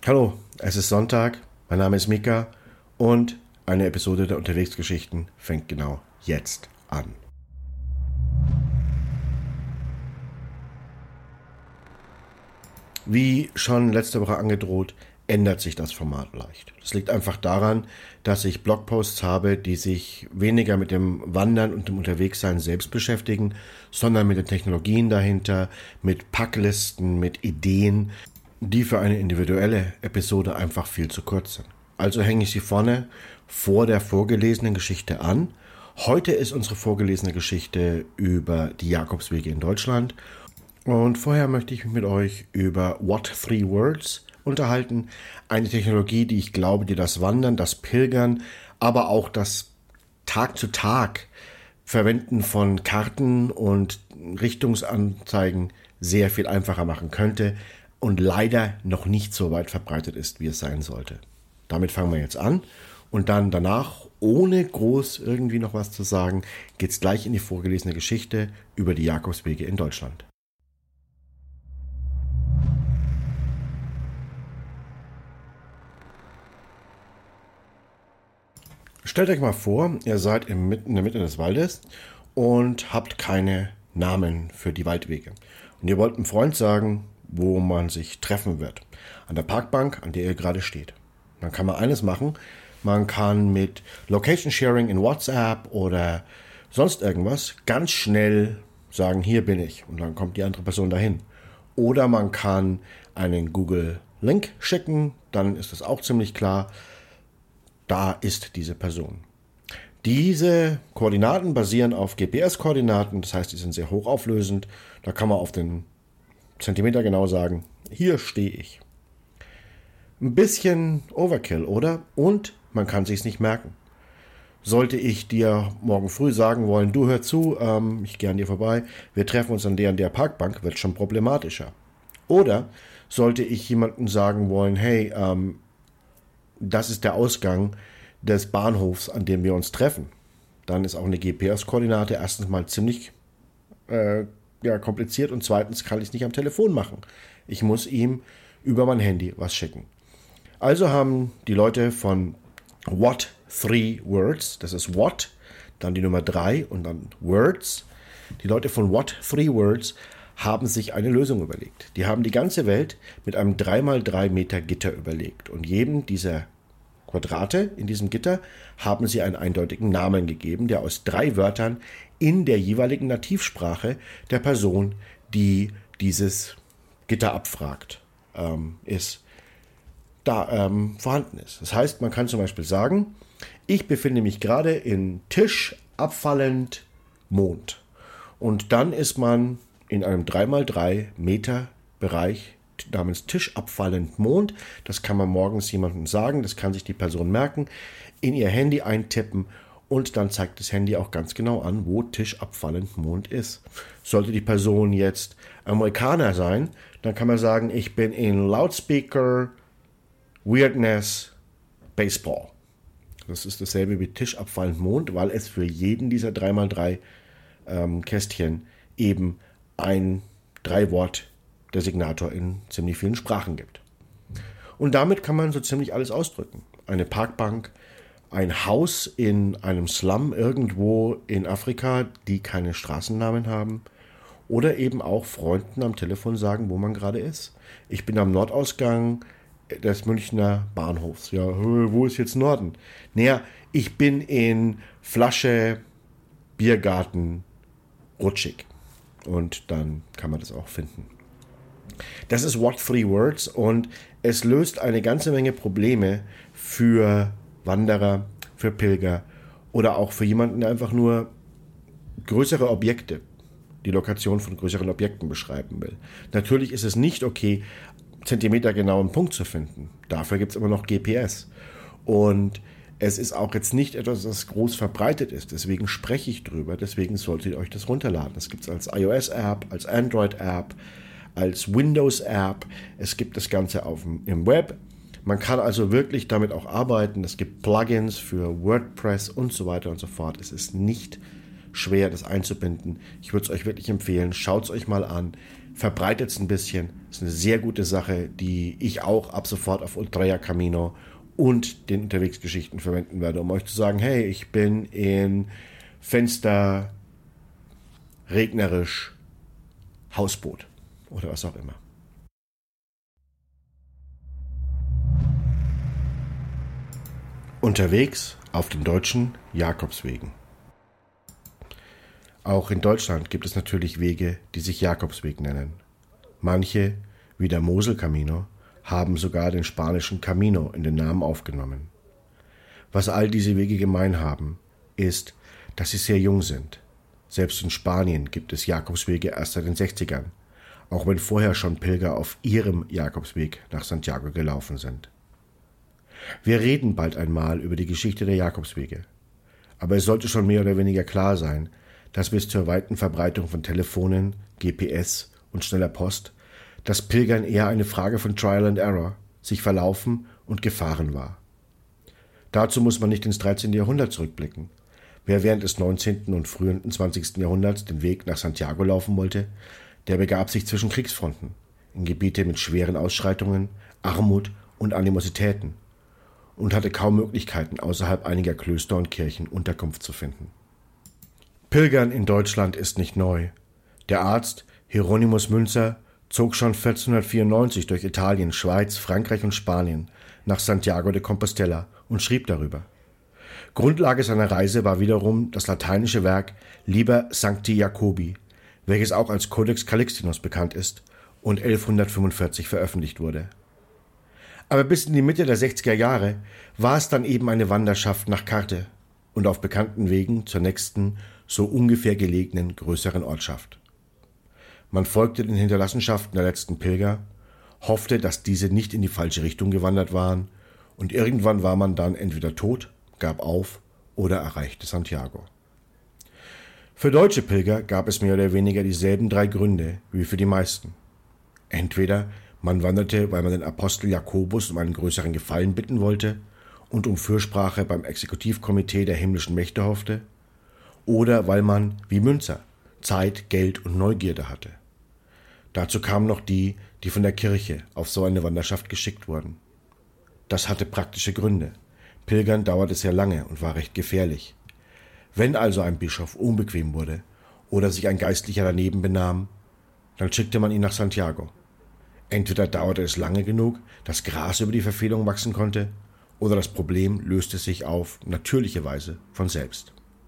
Hallo, es ist Sonntag, mein Name ist Mika und eine Episode der Unterwegsgeschichten fängt genau jetzt an. Wie schon letzte Woche angedroht, ändert sich das Format leicht. Das liegt einfach daran, dass ich Blogposts habe, die sich weniger mit dem Wandern und dem Unterwegssein selbst beschäftigen, sondern mit den Technologien dahinter, mit Packlisten, mit Ideen, die für eine individuelle Episode einfach viel zu kurz sind. Also hänge ich sie vorne vor der vorgelesenen Geschichte an. Heute ist unsere vorgelesene Geschichte über die Jakobswege in Deutschland. Und vorher möchte ich mich mit euch über What Three Words unterhalten. Eine Technologie, die ich glaube, die das Wandern, das Pilgern, aber auch das Tag zu Tag Verwenden von Karten und Richtungsanzeigen sehr viel einfacher machen könnte und leider noch nicht so weit verbreitet ist, wie es sein sollte. Damit fangen wir jetzt an und dann danach, ohne groß irgendwie noch was zu sagen, geht's gleich in die vorgelesene Geschichte über die Jakobswege in Deutschland. Stellt euch mal vor, ihr seid in der Mitte des Waldes und habt keine Namen für die Waldwege. Und ihr wollt einem Freund sagen, wo man sich treffen wird. An der Parkbank, an der ihr gerade steht. Dann kann man eines machen. Man kann mit Location Sharing in WhatsApp oder sonst irgendwas ganz schnell sagen, hier bin ich. Und dann kommt die andere Person dahin. Oder man kann einen Google Link schicken. Dann ist das auch ziemlich klar. Da ist diese Person. Diese Koordinaten basieren auf GPS-Koordinaten, das heißt, die sind sehr hochauflösend. Da kann man auf den Zentimeter genau sagen, hier stehe ich. Ein bisschen Overkill, oder? Und man kann sich's nicht merken. Sollte ich dir morgen früh sagen wollen, du hör zu, ich gehe an dir vorbei, wir treffen uns an der Parkbank, wird schon problematischer. Oder sollte ich jemandem sagen wollen, hey, das ist der Ausgang des Bahnhofs, an dem wir uns treffen. Dann ist auch eine GPS-Koordinate erstens mal ziemlich kompliziert und zweitens kann ich es nicht am Telefon machen. Ich muss ihm über mein Handy was schicken. Also haben die Leute von What Three Words, das ist What, dann die Nummer 3 und dann Words. Die Leute von What Three Words haben sich eine Lösung überlegt. Die haben die ganze Welt mit einem 3x3 Meter Gitter überlegt. Und jedem dieser Quadrate in diesem Gitter haben sie einen eindeutigen Namen gegeben, der aus 3 Wörtern in der jeweiligen Nativsprache der Person, die dieses Gitter abfragt, vorhanden ist. Das heißt, man kann zum Beispiel sagen, ich befinde mich gerade in Tisch abfallend Mond. Und dann ist man in einem 3x3 Meter Bereich namens Tisch abfallend Mond. Das kann man morgens jemandem sagen, das kann sich die Person merken, in ihr Handy eintippen und dann zeigt das Handy auch ganz genau an, wo Tisch abfallend Mond ist. Sollte die Person jetzt Amerikaner sein, dann kann man sagen, ich bin in Loudspeaker Weirdness Baseball. Das ist dasselbe wie Tisch abfallend Mond, weil es für jeden dieser 3x3 Kästchen eben ein 3-Wort-Designator in ziemlich vielen Sprachen gibt. Und damit kann man so ziemlich alles ausdrücken. Eine Parkbank, ein Haus in einem Slum irgendwo in Afrika, die keine Straßennamen haben. Oder eben auch Freunden am Telefon sagen, wo man gerade ist. Ich bin am Nordausgang des Münchner Bahnhofs. Ja, wo ist jetzt Norden? Naja, ich bin in Flasche Biergarten Rutschig. Und dann kann man das auch finden. Das ist What Three Words und es löst eine ganze Menge Probleme für Wanderer, für Pilger oder auch für jemanden, der einfach nur größere Objekte, die Lokation von größeren Objekten beschreiben will. Natürlich ist es nicht okay, zentimetergenauen Punkt zu finden. Dafür gibt es immer noch GPS. Und es ist auch jetzt nicht etwas, das groß verbreitet ist. Deswegen spreche ich drüber. Deswegen solltet ihr euch das runterladen. Es gibt es als iOS-App, als Android-App, als Windows-App. Es gibt das Ganze im Web. Man kann also wirklich damit auch arbeiten. Es gibt Plugins für WordPress und so weiter und so fort. Es ist nicht schwer, das einzubinden. Ich würde es euch wirklich empfehlen. Schaut es euch mal an. verbreitet es ein bisschen. Das ist eine sehr gute Sache, die ich auch ab sofort auf Ultraya Camino und den Unterwegsgeschichten verwenden werde, um euch zu sagen, hey, ich bin in Fenster, regnerisch, Hausboot oder was auch immer. Unterwegs auf den deutschen Jakobswegen. Auch in Deutschland gibt es natürlich Wege, die sich Jakobsweg nennen. Manche, wie der Mosel-Camino, haben sogar den spanischen Camino in den Namen aufgenommen. Was all diese Wege gemein haben, ist, dass sie sehr jung sind. Selbst in Spanien gibt es Jakobswege erst seit den 60ern, auch wenn vorher schon Pilger auf ihrem Jakobsweg nach Santiago gelaufen sind. Wir reden bald einmal über die Geschichte der Jakobswege, aber es sollte schon mehr oder weniger klar sein, dass bis zur weiten Verbreitung von Telefonen, GPS und schneller Post das Pilgern eher eine Frage von Trial and Error, sich verlaufen und Gefahren war. Dazu muss man nicht ins 13. Jahrhundert zurückblicken. Wer während des 19. und frühen 20. Jahrhunderts den Weg nach Santiago laufen wollte, der begab sich zwischen Kriegsfronten, in Gebiete mit schweren Ausschreitungen, Armut und Animositäten und hatte kaum Möglichkeiten, außerhalb einiger Klöster und Kirchen Unterkunft zu finden. Pilgern in Deutschland ist nicht neu. Der Arzt Hieronymus Münzer zog schon 1494 durch Italien, Schweiz, Frankreich und Spanien nach Santiago de Compostela und schrieb darüber. Grundlage seiner Reise war wiederum das lateinische Werk Liber Sancti Jacobi, welches auch als Codex Calixtinus bekannt ist und 1145 veröffentlicht wurde. Aber bis in die Mitte der 60er Jahre war es dann eben eine Wanderschaft nach Karte und auf bekannten Wegen zur nächsten, so ungefähr gelegenen größeren Ortschaft. Man folgte den Hinterlassenschaften der letzten Pilger, hoffte, dass diese nicht in die falsche Richtung gewandert waren, und irgendwann war man dann entweder tot, gab auf oder erreichte Santiago. Für deutsche Pilger gab es mehr oder weniger dieselben 3 Gründe wie für die meisten. Entweder man wanderte, weil man den Apostel Jakobus um einen größeren Gefallen bitten wollte und um Fürsprache beim Exekutivkomitee der himmlischen Mächte hoffte, oder weil man, wie Münzer, Zeit, Geld und Neugierde hatte. Dazu kamen noch die, die von der Kirche auf so eine Wanderschaft geschickt wurden. Das hatte praktische Gründe. Pilgern dauerte sehr lange und war recht gefährlich. Wenn also ein Bischof unbequem wurde oder sich ein Geistlicher daneben benahm, dann schickte man ihn nach Santiago. Entweder dauerte es lange genug, dass Gras über die Verfehlung wachsen konnte, oder das Problem löste sich auf natürliche Weise von selbst.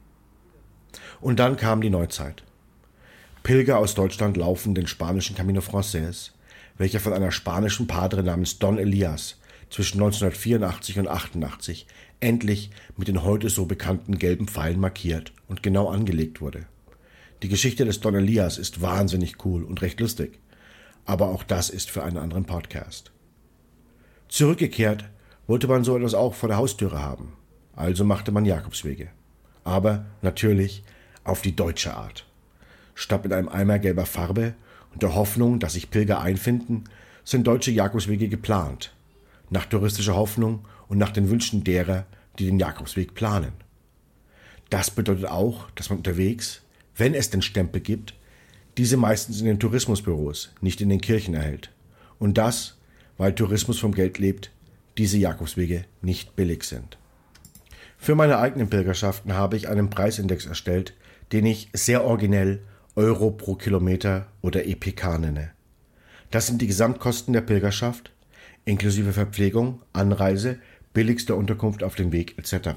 Und dann kam die Neuzeit. Pilger aus Deutschland laufen den spanischen Camino Frances, welcher von einer spanischen Padre namens Don Elias zwischen 1984 und 88 endlich mit den heute so bekannten gelben Pfeilen markiert und genau angelegt wurde. Die Geschichte des Don Elias ist wahnsinnig cool und recht lustig, aber auch das ist für einen anderen Podcast. Zurückgekehrt wollte man so etwas auch vor der Haustüre haben, also machte man Jakobswege. Aber natürlich auf die deutsche Art. Statt mit einem Eimer gelber Farbe und der Hoffnung, dass sich Pilger einfinden, sind deutsche Jakobswege geplant. Nach touristischer Hoffnung und nach den Wünschen derer, die den Jakobsweg planen. Das bedeutet auch, dass man unterwegs, wenn es den Stempel gibt, diese meistens in den Tourismusbüros, nicht in den Kirchen erhält. Und das, weil Tourismus vom Geld lebt, diese Jakobswege nicht billig sind. Für meine eigenen Pilgerschaften habe ich einen Preisindex erstellt, den ich sehr originell Euro pro Kilometer oder EPK nenne. Das sind die Gesamtkosten der Pilgerschaft, inklusive Verpflegung, Anreise, billigste Unterkunft auf dem Weg etc.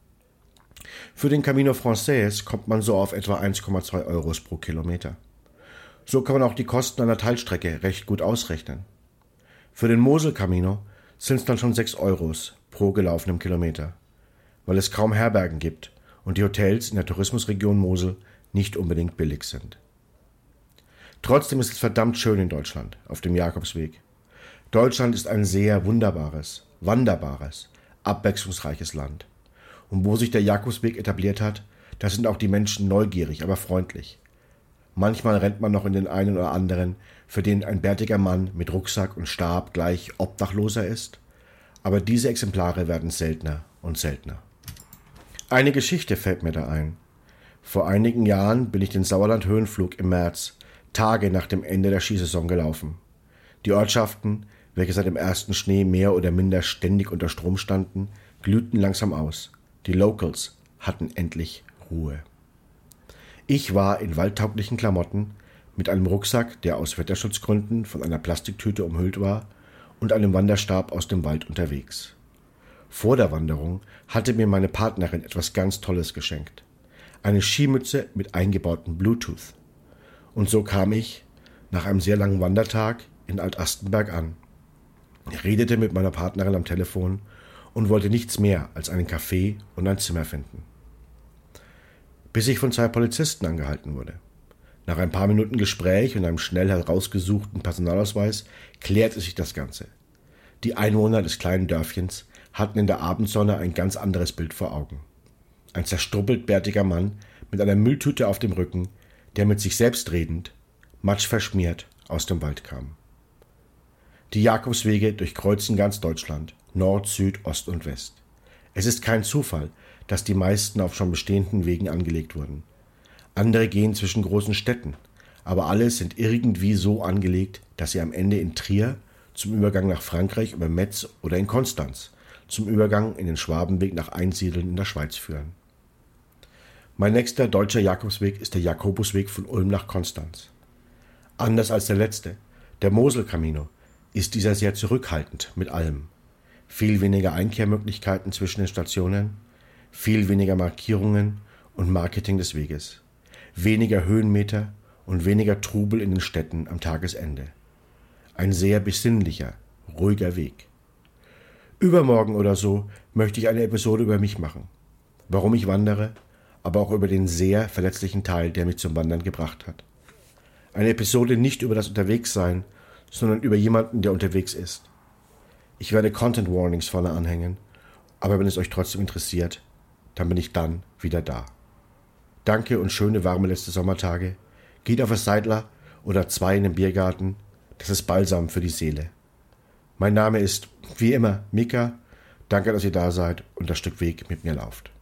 Für den Camino Frances kommt man so auf etwa 1,2 Euros pro Kilometer. So kann man auch die Kosten einer Teilstrecke recht gut ausrechnen. Für den Mosel-Camino sind es dann schon 6 Euros pro gelaufenem Kilometer, weil es kaum Herbergen gibt und die Hotels in der Tourismusregion Mosel nicht unbedingt billig sind. Trotzdem ist es verdammt schön in Deutschland, auf dem Jakobsweg. Deutschland ist ein sehr wunderbares, wanderbares, abwechslungsreiches Land. Und wo sich der Jakobsweg etabliert hat, da sind auch die Menschen neugierig, aber freundlich. Manchmal rennt man noch in den einen oder anderen, für den ein bärtiger Mann mit Rucksack und Stab gleich Obdachloser ist. Aber diese Exemplare werden seltener und seltener. Eine Geschichte fällt mir da ein. Vor einigen Jahren bin ich den Sauerland-Höhenflug im März Tage nach dem Ende der Skisaison gelaufen. Die Ortschaften, welche seit dem ersten Schnee mehr oder minder ständig unter Strom standen, glühten langsam aus. Die Locals hatten endlich Ruhe. Ich war in waldtauglichen Klamotten, mit einem Rucksack, der aus Wetterschutzgründen von einer Plastiktüte umhüllt war, und einem Wanderstab aus dem Wald unterwegs. Vor der Wanderung hatte mir meine Partnerin etwas ganz Tolles geschenkt. Eine Skimütze mit eingebautem Bluetooth. Und so kam ich, nach einem sehr langen Wandertag, in Alt-Astenberg an. Ich redete mit meiner Partnerin am Telefon und wollte nichts mehr als einen Kaffee und ein Zimmer finden. Bis ich von 2 Polizisten angehalten wurde. Nach ein paar Minuten Gespräch und einem schnell herausgesuchten Personalausweis klärte sich das Ganze. Die Einwohner des kleinen Dörfchens hatten in der Abendsonne ein ganz anderes Bild vor Augen. Ein zerstruppeltbärtiger Mann mit einer Mülltüte auf dem Rücken, der mit sich selbst redend, matschverschmiert aus dem Wald kam. Die Jakobswege durchkreuzen ganz Deutschland, Nord, Süd, Ost und West. Es ist kein Zufall, dass die meisten auf schon bestehenden Wegen angelegt wurden. Andere gehen zwischen großen Städten, aber alle sind irgendwie so angelegt, dass sie am Ende in Trier zum Übergang nach Frankreich über Metz oder in Konstanz zum Übergang in den Schwabenweg nach Einsiedeln in der Schweiz führen. Mein nächster deutscher Jakobsweg ist der Jakobusweg von Ulm nach Konstanz. Anders als der letzte, der Mosel-Camino, ist dieser sehr zurückhaltend mit allem. Viel weniger Einkehrmöglichkeiten zwischen den Stationen, viel weniger Markierungen und Marketing des Weges, weniger Höhenmeter und weniger Trubel in den Städten am Tagesende. Ein sehr besinnlicher, ruhiger Weg. Übermorgen oder so möchte ich eine Episode über mich machen. Warum ich wandere, aber auch über den sehr verletzlichen Teil, der mich zum Wandern gebracht hat. Eine Episode nicht über das Unterwegssein, sondern über jemanden, der unterwegs ist. Ich werde Content Warnings vorne anhängen, aber wenn es euch trotzdem interessiert, dann bin ich dann wieder da. Danke und schöne warme letzte Sommertage. Geht auf ein Seidler oder 2 in den Biergarten. Das ist Balsam für die Seele. Mein Name ist, wie immer, Mika. Danke, dass ihr da seid und das Stück Weg mit mir lauft.